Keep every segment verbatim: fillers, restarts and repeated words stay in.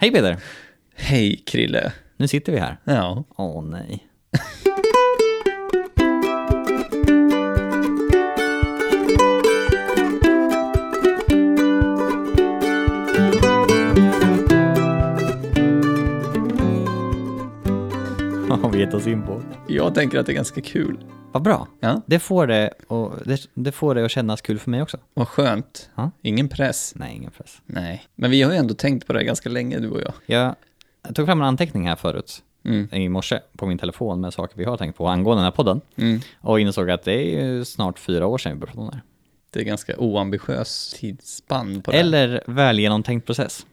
Hej Peter. Hej Krille. Nu sitter vi här. Ja. Åh nej. Vad har vi gett oss in på? Jag tänker att det är ganska kul. Vad bra. Ja. Det får det, och det, det får det att kännas kul för mig också. Vad skönt. Ja. Ingen press. Nej, ingen press. Nej. Men vi har ju ändå tänkt på det ganska länge, du och jag. Jag tog fram en anteckning här förut. Mm. I morse på min telefon med saker vi har tänkt på angående den här podden. Mm. Och insåg att det är ju snart fyra år sedan vi började på den här. Det är ganska oambitiös tidsspann på det. Eller väl genomtänkt process.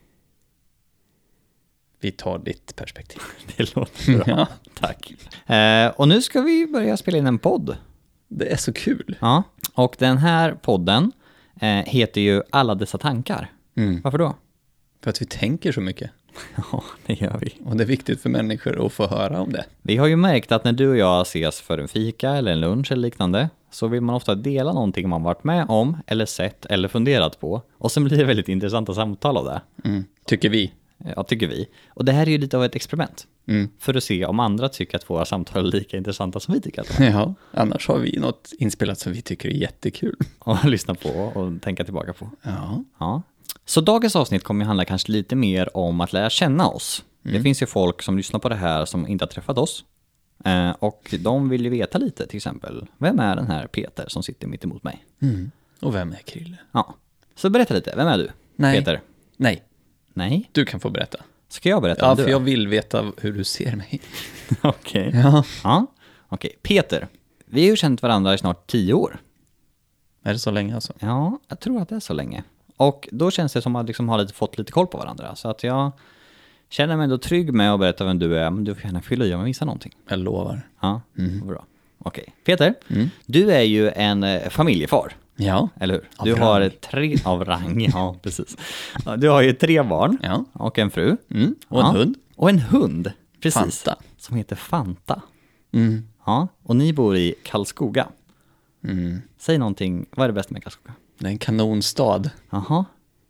Vi tar ditt perspektiv. Det låter bra. Ja. Tack. Eh, och nu ska vi börja spela in en podd. Det är så kul. Ja. Och den här podden eh, heter ju Alla dessa tankar. Mm. Varför då? För att vi tänker så mycket. Ja, det gör vi. Och det är viktigt för människor att få höra om det. Vi har ju märkt att när du och jag ses för en fika eller en lunch eller liknande, så vill man ofta dela någonting man varit med om eller sett eller funderat på. Och sen blir det väldigt intressanta samtal av det. Mm. Tycker vi. Ja, tycker vi. Och det här är ju lite av ett experiment. Mm. För att se om andra tycker att våra samtal är lika intressanta som vi tycker att de är. Ja, annars har vi något inspelat som vi tycker är jättekul. Och lyssna på och tänka tillbaka på. Ja. Ja. Så dagens avsnitt kommer ju handla kanske lite mer om att lära känna oss. Mm. Det finns ju folk som lyssnar på det här som inte har träffat oss. Eh, och de vill ju veta lite, till exempel, vem är den här Peter som sitter mitt emot mig? Mm. Och vem är Krille? Ja. Så berätta lite, vem är du? Nej. Peter? Nej, Nej? du kan få berätta. Ska jag berätta Ja, om du för är? jag vill veta hur du ser mig. Okej. Ja. Ja. Okej, Peter. Vi har ju känt varandra i snart tio år. Är det så länge alltså? Ja, jag tror att det är så länge. Och då känns det som att liksom har lite, fått lite koll på varandra. Så att jag känner mig ändå trygg med att berätta vem du är. Men du får gärna fylla i om jag missar någonting. Jag lovar. Ja, Mm. bra. Okej. Peter, Mm. du är ju en eh, familjefar. Ja. Eller hur? Av Du rang. har tre av rang, ja precis. Ja, du har ju tre barn Ja. och en fru. Mm. Och en Ja. hund. Och en hund, precis. Fanta. Som heter Fanta. Mm. Ja, och ni bor i Karlskoga. Mm. Säg någonting, vad är det bästa med Karlskoga? Det är en kanonstad. Jaha.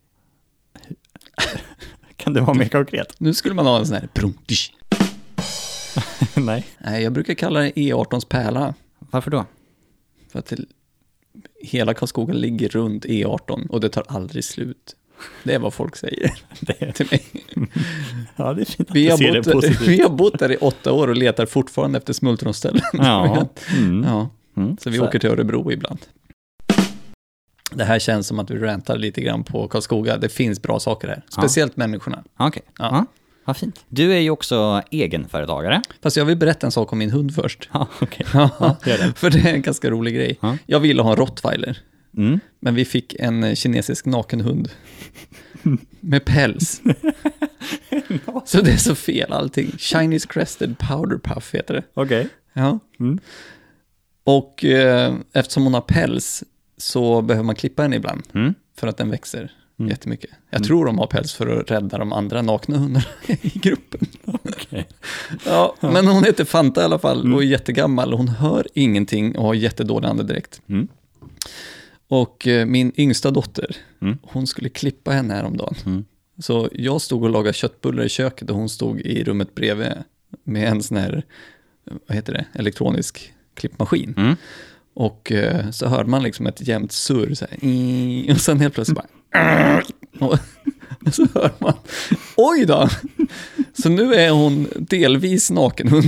Kan du vara mer konkret? Nu skulle man ha en sån här bruntisch. Nej. Nej, jag brukar kalla det E artons pärla. Varför då? För att det, hela Karlskoga ligger runt E arton och det tar aldrig slut. Det är vad folk säger Det... till mig. Ja, det är fint att Vi du har, ser det bott, positivt. vi har bott där i åtta år och letar fortfarande efter smultronställen. Ja. Mm. Ja. Mm. Så vi åker till Örebro ibland. Det här känns som att vi rantar lite grann på Karlskoga. Det finns bra saker här. Speciellt människorna. Okej, Ja. ja. Vad fint. Du är ju också egenföretagare. Fast jag vill berätta en sak om min hund först. Ja, okej. Ja, gör det. för det är en ganska rolig grej. Ja. Jag ville ha en rottweiler. Mm. Men vi fick en kinesisk nakenhund. Med päls. Så det är så fel allting. Chinese Crested Powder Puff heter det. Okej. Ja. Mm. Och eh, eftersom hon har päls så behöver man klippa henne ibland. Mm. För att den växer Mm. jättemycket. Jag mm. tror de har päls för att rädda de andra nakna hundarna i gruppen. Okej. Ja, men hon heter Fanta i alla fall Mm. och är jättegammal. Hon hör ingenting och har jättedålig andedräkt. Mm. Och eh, min yngsta dotter, Mm. hon skulle klippa henne häromdagen. Mm. Så jag stod och lagade köttbullar i köket och hon stod i rummet bredvid med en sån här, vad heter det, elektronisk klippmaskin. Mm. Och eh, så hörde man liksom ett jämnt surr så här, och sen helt plötsligt bara och, och så hör man, oj då! Så nu är hon delvis nakenhund.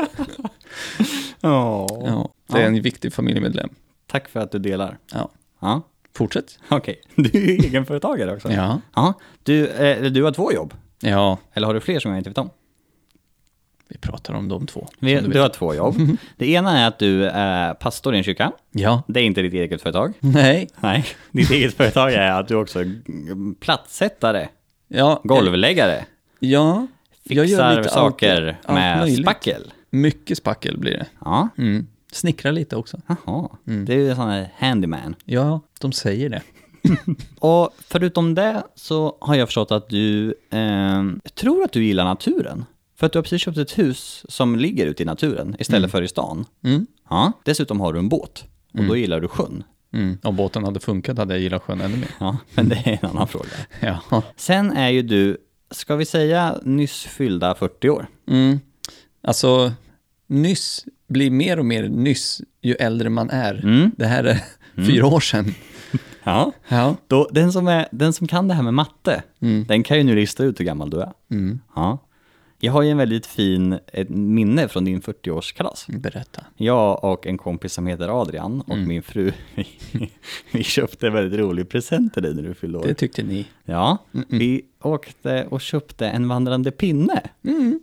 Oh. Ja, det är Ja. en viktig familjemedlem. Tack för att du delar. Ja. Ja. Fortsätt. Okej. Du är ju egenföretagare också. Ja. Ja. Du, eh, du har två jobb. Ja, Eller har du fler som jag inte vet om? vi pratar om de två. Vi, som du, vet. har två jobb. Det ena är att du är pastor i en kyrka. Ja. Det är inte ditt eget företag. Nej. Nej, ditt eget företag är att du också är plattsättare, Ja. golvläggare, Ja. Jag gör fixar lite saker allt, allt med möjligt. spackel. Mycket spackel blir det. Ja, Mm. Snickra lite också. jaha. Mm. Det är ju en sån här handyman. Ja, de säger det. Och förutom det så har jag förstått att du eh, tror att du gillar naturen. För att du har precis köpt ett hus som ligger ute i naturen istället Mm. för i stan. Mm. Ja. Dessutom har du en båt. Och Mm. då gillar du sjön. Mm. Om båten hade funkat hade jag gillat sjön ännu mer. Ja, men det är en annan fråga. Ja. Sen är ju du ska vi säga nyss fyllda fyrtio år? Mm. Alltså, nyss blir mer och mer nyss ju äldre man är. Mm. Det här är mm. fyra år sedan. Ja. Ja. Då, den, som är, den som kan det här med matte, Mm. den kan ju nu lista ut hur gammal du är. Mm. Ja. Jag har ju en väldigt fin ett minne från din fyrtio-årskalas. Berätta. Jag och en kompis som heter Adrian och Mm. min fru, vi, vi köpte en väldigt rolig present till dig när du fyllde år. Det tyckte ni. Ja, Mm-mm. vi åkte och köpte en vandrande pinne. Mm.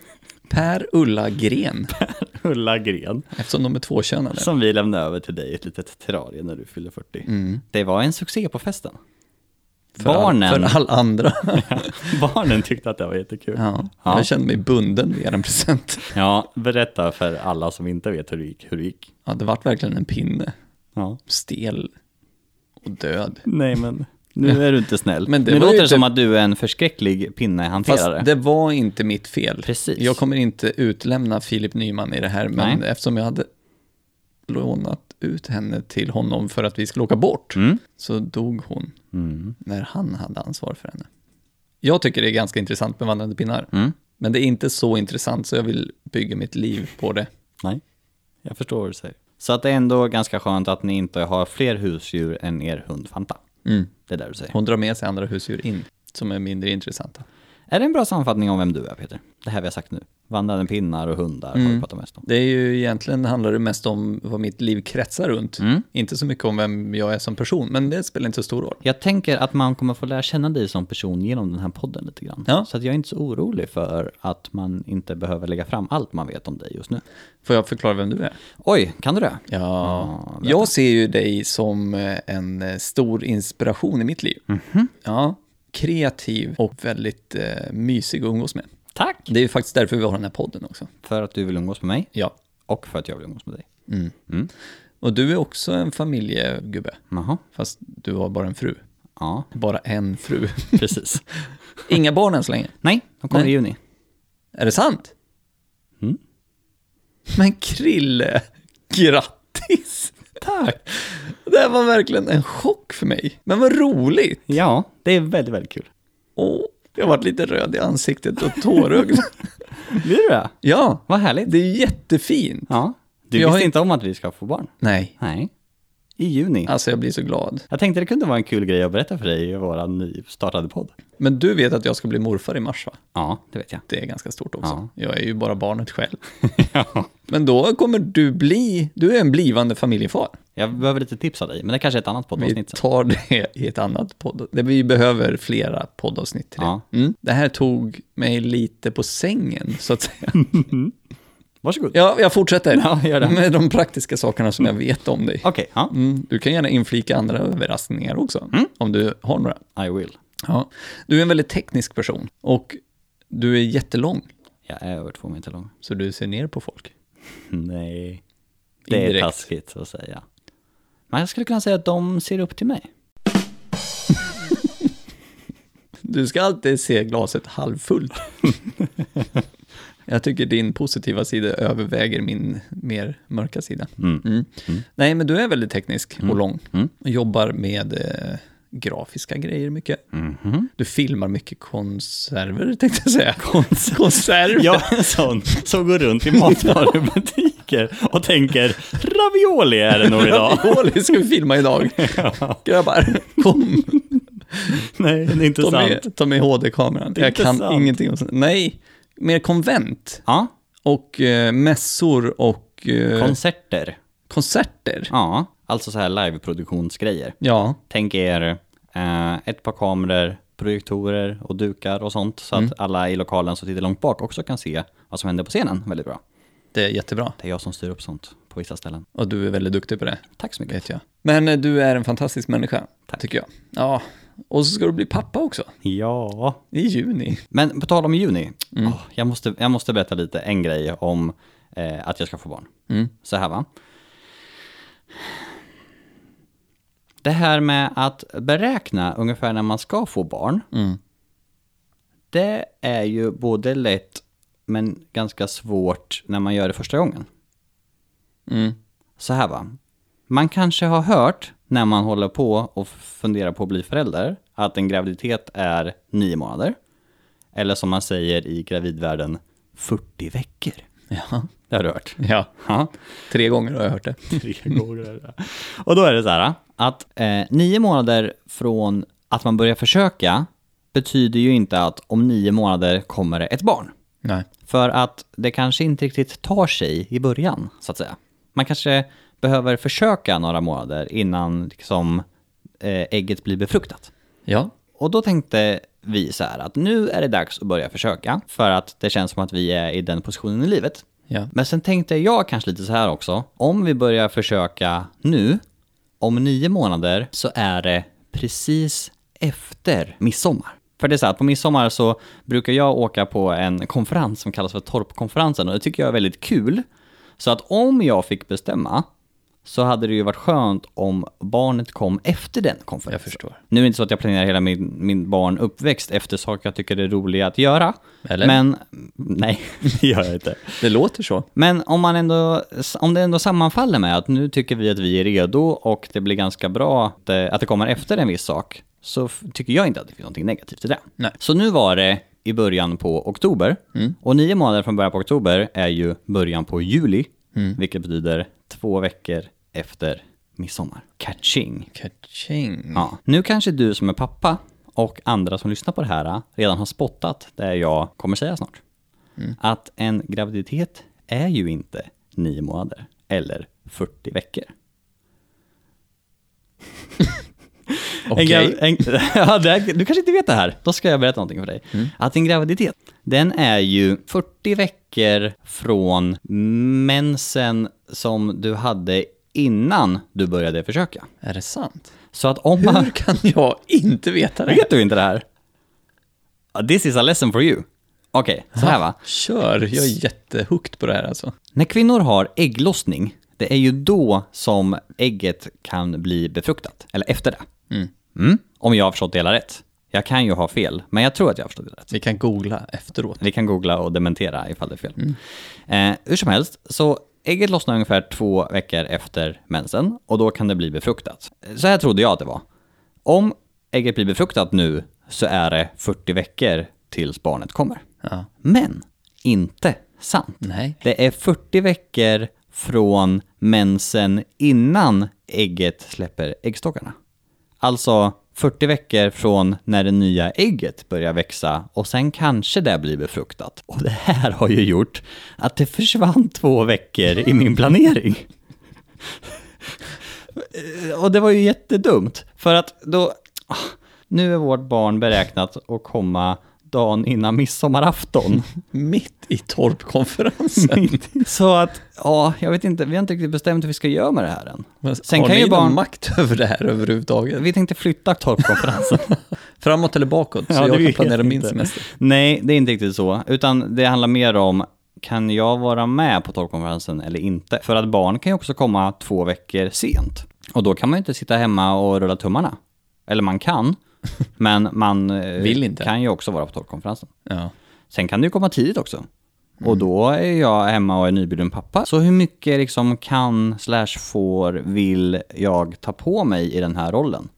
Per Ulla Gren. Ulla Gren. Eftersom de är tvåkönade. Som vi lämnade över till dig, ett litet terrarie när du fyllde fyrtio. Mm. Det var en succé på festen. För, Barnen, all, för all andra. barnen tyckte att det var jättekul. Ja, Ja. jag kände mig bunden vid en present. Ja, berätta för alla som inte vet hur det gick. Hur det gick. Ja, det var verkligen en pinne. Ja. Stel och död. Nej, men nu är du inte snäll. Men det nu var låter ju det som det- att du är en förskräcklig pinnehanterare. Fast det var inte mitt fel. Precis. Jag kommer inte utlämna Filip Nyman i det här, men Nej. eftersom jag hade lånat ut henne till honom för att vi skulle åka bort, Mm. så dog hon Mm. när han hade ansvar för henne. Jag tycker det är ganska intressant med vandrande pinnar, Mm. men det är inte så intressant så jag vill bygga mitt liv på det. Nej, jag förstår vad du säger. Så att det är ändå ganska skönt att ni inte har fler husdjur än er hund Fanta. Mm. Det är där du säger. Hon drar med sig andra husdjur in, som är mindre intressanta. Är det en bra sammanfattning om vem du är, Peter? Det här vi har sagt nu. Vandrande pinnar och hundar har Mm. vi pratat mest om. Det är ju egentligen handlar det mest om vad mitt liv kretsar runt. Mm. Inte så mycket om vem jag är som person, men det spelar inte så stor roll. Jag tänker att man kommer få lära känna dig som person genom den här podden lite grann. Ja. Så att jag är inte så orolig för att man inte behöver lägga fram allt man vet om dig just nu. Får jag förklara vem du är? Oj, kan du det? Ja, Ja, berätta. jag ser ju dig som eh, en eh, stor inspiration i mitt liv. Mhm. Ja, kreativ och väldigt eh, mysig att umgås med. Tack! Det är ju faktiskt därför vi har den här podden också. För att du vill umgås med mig Ja. och för att jag vill umgås med dig. Mm. Mm. Och du är också en familjegubbe, Jaha, fast du har bara en fru. ja, Bara en fru. precis. Inga barn än så länge. Nej, de kommer Nej. i juni. Är det sant? Mm. Men Krille, grattis! Tack! Det här var verkligen en chock för mig. Men vad roligt! Ja, det är väldigt, väldigt kul. Åh, jag har varit lite röd i ansiktet och tårögd. Blir du det? Ja, Vad härligt. det är jättefint. Ja. Du Jag visste har inte om att vi ska få barn? Nej, Nej. I juni. alltså jag blir så glad. Jag tänkte det kunde vara en kul grej att berätta för dig i våra nystartade podd. Men du vet att jag ska bli morfar i mars, va? Ja, det vet jag. Det är ganska stort också. Ja. Jag är ju bara barnet själv. Ja. Men då kommer du bli, du är en blivande familjefar. Jag behöver lite tips av dig, men det kanske är ett annat Vi poddavsnitt sen. tar det i ett annat podd. Det vi behöver flera poddavsnitt till det. Ja. Mm. Det här tog mig lite på sängen, så att säga. Varsågod. Ja, jag fortsätter Ja, gör det. med de praktiska sakerna som jag vet om dig. Okej, ja. Mm. Du kan gärna inflika andra överraskningar också, Mm. om du har några. I will. Ja. Du är en väldigt teknisk person och du är jättelång, Jag är över två meter lång. så du ser ner på folk. Nej, det är Indirekt. taskigt att säga. Men jag skulle kunna säga att de ser upp till mig. Du ska alltid se glaset halvfullt. Jag tycker din positiva sida överväger min mer mörka sida. Mm. Mm. Mm. Nej, men du är väldigt teknisk och lång. Mm. Och jobbar med eh, grafiska grejer mycket. Mhm. Du filmar mycket konserver, tänkte jag säga. Konserver? Jag är en sån som går runt i matvarubutiker och tänker ravioli är det nog idag. Ravioli ska vi filma idag. Grabbar, kom. Nej, det är inte Ta sant. med, ta med H D-kameran. Det är Jag inte kan sant. ingenting om sånt. Nej, mer konvent. Ja, Och eh, mässor och eh, konserter. konserter. Ja, alltså så här liveproduktionsgrejer. Ja, Tänk er eh, ett par kameror, projektorer och dukar och sånt. Så Mm. att alla i lokalen som sitter långt bak också kan se vad som händer på scenen. Väldigt bra. det är jättebra. Det är jag som styr upp sånt på vissa ställen. Och du är väldigt duktig på det, Tack så mycket. vet jag. Men eh, du är en fantastisk människa, Tack. tycker jag. Ja, och så ska du bli pappa också. Ja. I juni. Men på tal om juni. Mm. åh, jag, måste, jag måste berätta lite en grej om eh, att jag ska få barn. Mm. Så här va. Det här med att beräkna ungefär när man ska få barn. Mm. Det är ju både lätt men ganska svårt när man gör det första gången. Mm. Så här va. Man kanske har hört när man håller på och funderar på att bli förälder att en graviditet är nio månader. Eller som man säger i gravidvärlden, fyrtio veckor. Ja. Det har du hört. Ja. Ja. Tre gånger har jag hört det. Tre gånger. Och då är det så här att eh, nio månader från att man börjar försöka betyder ju inte att om nio månader kommer det ett barn. Nej. För att det kanske inte riktigt tar sig i början, så att säga. Man kanske behöver försöka några månader innan liksom, eh, ägget blir befruktat. Ja. Och då tänkte vi så här att nu är det dags att börja försöka. För att det känns som att vi är i den positionen i livet. Ja. Men sen tänkte jag kanske lite så här också. Om vi börjar försöka nu, om nio månader, så är det precis efter midsommar. För det är så här att på midsommar så brukar jag åka på en konferens som kallas för Torpkonferensen. Och det tycker jag är väldigt kul. Så att om jag fick bestämma så hade det ju varit skönt om barnet kom efter den konferensen. Jag förstår. Nu är det inte så att jag planerar hela min, min barn uppväxt efter saker jag tycker det är roliga att göra. Eller? Men, nej, det gör jag inte. Det låter så. Men om, man ändå, om det ändå sammanfaller med att nu tycker vi att vi är redo och det blir ganska bra att det, att det kommer efter en viss sak, så f- tycker jag inte att det finns något negativt i det. Nej. Så nu var det i början på oktober. Mm. Och nio månader från början på oktober är ju början på juli. Mm. Vilket betyder två veckor efter midsommar. Catching. Catching. Ja. Nu kanske du som är pappa och andra som lyssnar på det här redan har spottat det jag kommer säga snart. Mm. Att en graviditet är ju inte nio månader eller fyrtio veckor. Okej. En, en, ja, det, du kanske inte vet det här. Då ska jag berätta någonting för dig. Mm. Att en graviditet, den är ju fyrtio veckor från mensen som du hade innan du började försöka. Är det sant? Så att om man... Hur kan jag inte veta det? Vet du inte det här? This is a lesson for you. Okej, okay, så här va. Kör, jag är jättehooked på det här alltså. När kvinnor har ägglossning, det är ju då som ägget kan bli befruktat. Eller efter det. Mm. Mm, om jag har förstått det hela rätt. Jag kan ju ha fel, men jag tror att jag har förstått det rätt. Vi kan googla efteråt. Vi kan googla och dementera ifall det är fel. Mm. Eh, hur som helst, så ägget lossnar ungefär två veckor efter mensen och då kan det bli befruktat. Så här trodde jag att det var. Om ägget blir befruktat nu så är det fyrtio veckor tills barnet kommer. Ja. Men inte sant. Nej. Det är fyrtio veckor från mensen innan ägget släpper äggstockarna. Alltså fyrtio veckor från när det nya ägget börjar växa och sen kanske det blir befruktat. Och det här har ju gjort att det försvann två veckor i min planering. Och det var ju jättedumt. För att då, nu är vårt barn beräknat att komma dagen innan midsommarafton. Mitt i torpkonferensen. Så att, ja, jag vet inte, vi har inte riktigt bestämt hur vi ska göra med det här än. Men Sen har kan ni ju någon barn... makt över det här överhuvudtaget? Vi tänkte flytta torpkonferensen. Framåt eller bakåt, så Ja, jag det kan planera vet min inte. semester. Nej, det är inte riktigt så. Utan det handlar mer om, kan jag vara med på torpkonferensen eller inte? För att barn kan ju också komma två veckor sent. Och då kan man ju inte sitta hemma och rulla tummarna. Eller man kan, men man Vill inte. kan ju också vara på torpkonferensen. Ja. Sen kan det ju komma tidigt också. Mm. Och då är jag hemma och är nybliven pappa. Så hur mycket liksom kan slash får vill jag ta på mig i den här rollen?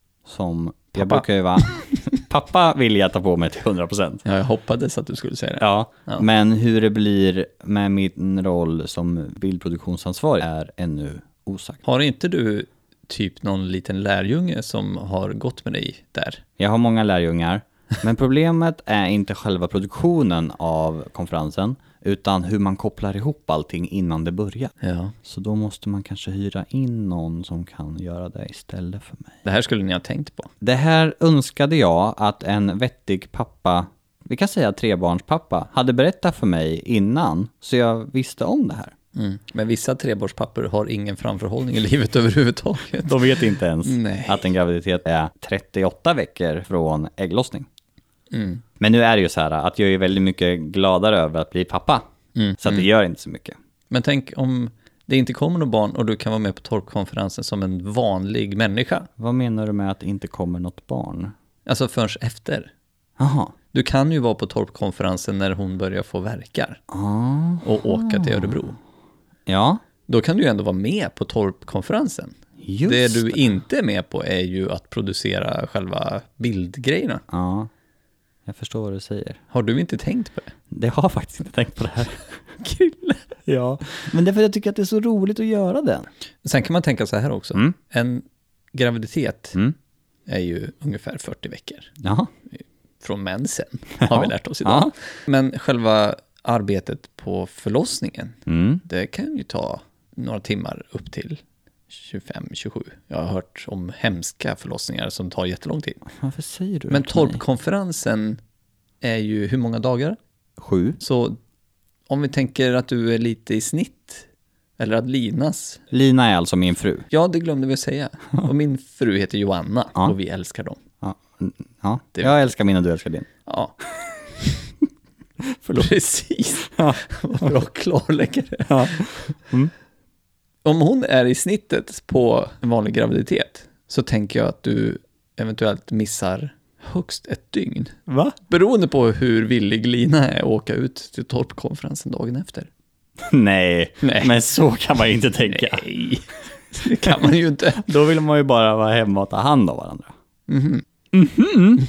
Som pappa. Jag brukar ju vara... pappa vill jag ta på mig till hundra procent. Ja, jag hoppades att du skulle säga det. Ja, Ja. Men hur det blir med min roll som bildproduktionsansvarig är ännu osagt. Har inte du typ någon liten lärjunge som har gått med dig där? Jag har många lärjungar. Men problemet är inte själva produktionen av konferensen, utan hur man kopplar ihop allting innan det börjar. Ja. Så då måste man kanske hyra in någon som kan göra det istället för mig. Det här skulle ni ha tänkt på. Det här önskade jag att en vettig pappa, vi kan säga trebarnspappa, hade berättat för mig innan, så jag visste om det här. Mm. Men vissa trebarnspappor har ingen framförhållning i livet överhuvudtaget. De vet inte ens Nej. att en graviditet är trettioåtta veckor från ägglossning. Mm. Men nu är det ju så här att jag är väldigt mycket gladare över att bli pappa. Mm. Så att det Mm. gör inte så mycket. Men tänk om det inte kommer någon barn och du kan vara med på torpkonferensen som en vanlig människa. Vad menar du med att det inte kommer något barn? Alltså förrän efter. Jaha. Du kan ju vara på torpkonferensen när hon börjar få verkar Ah. och åka till Örebro. Ja. Då kan du ju ändå vara med på torpkonferensen. Just det du det. inte är med på är ju att producera själva bildgrejerna. Ja. Jag förstår vad du säger. Har du inte tänkt på det? Det har faktiskt inte tänkt på det här. Kul. Ja, men därför jag tycker att det är så roligt att göra det. Sen kan man tänka så här också. Mm. En graviditet Mm. är ju ungefär fyrtio veckor. Jaha. Från mensen, har vi lärt oss idag. Ja. Men själva arbetet på förlossningen, Mm. det kan ju ta några timmar upp till tjugofem tjugosju. Jag har hört om hemska förlossningar som tar jättelång tid. Varför säger du Men det till mig? torpkonferensen är ju hur många dagar? Sju. Så om vi tänker att du är lite i snitt, eller att Linas. Lina är alltså min fru. Ja, det glömde vi att säga. Och min fru heter Joanna, Ja. och vi älskar dem. Ja, mm, ja. Det- Jag älskar min och du älskar din. Ja, Förlåt. precis. Ja. Vad bra klarlägger det. Ja. Om hon är i snittet på en vanlig graviditet så tänker jag att du eventuellt missar högst ett dygn. Va? Beroende på hur villig Lina är att åka ut till torpkonferensen dagen efter. Nej. Nej. Men så kan man ju inte tänka. Nej, det kan man ju inte. Då vill man ju bara vara hemma och ta hand om varandra. Mhm. Mhm.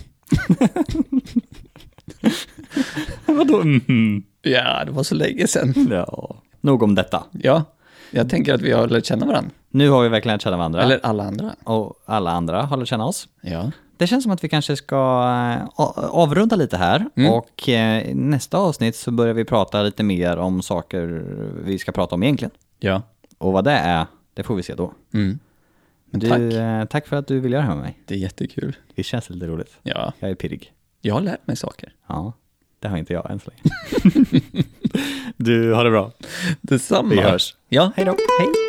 Vadå? Mhm. Ja, det var så länge sedan. Ja. Nog om detta. Ja, jag tänker att vi har lärt känna varandra. Nu har vi verkligen lärt känna varandra. Eller alla andra. Och alla andra har lärt känna oss. Ja. Det känns som att vi kanske ska eh, a- avrunda lite här. Mm. Och eh, nästa avsnitt så börjar vi prata lite mer om saker vi ska prata om egentligen. Ja. Och vad det är, det får vi se då. Mm. Men Du, tack. eh, tack för att du vill göra det här med mig. Det är jättekul. Det känns lite roligt. Ja, Jag är pirrig. jag har lärt mig saker. Ja, det har inte jag än så länge. Du, har det bra. Detsamma. Vi hörs. Ja. Hej då. Hej.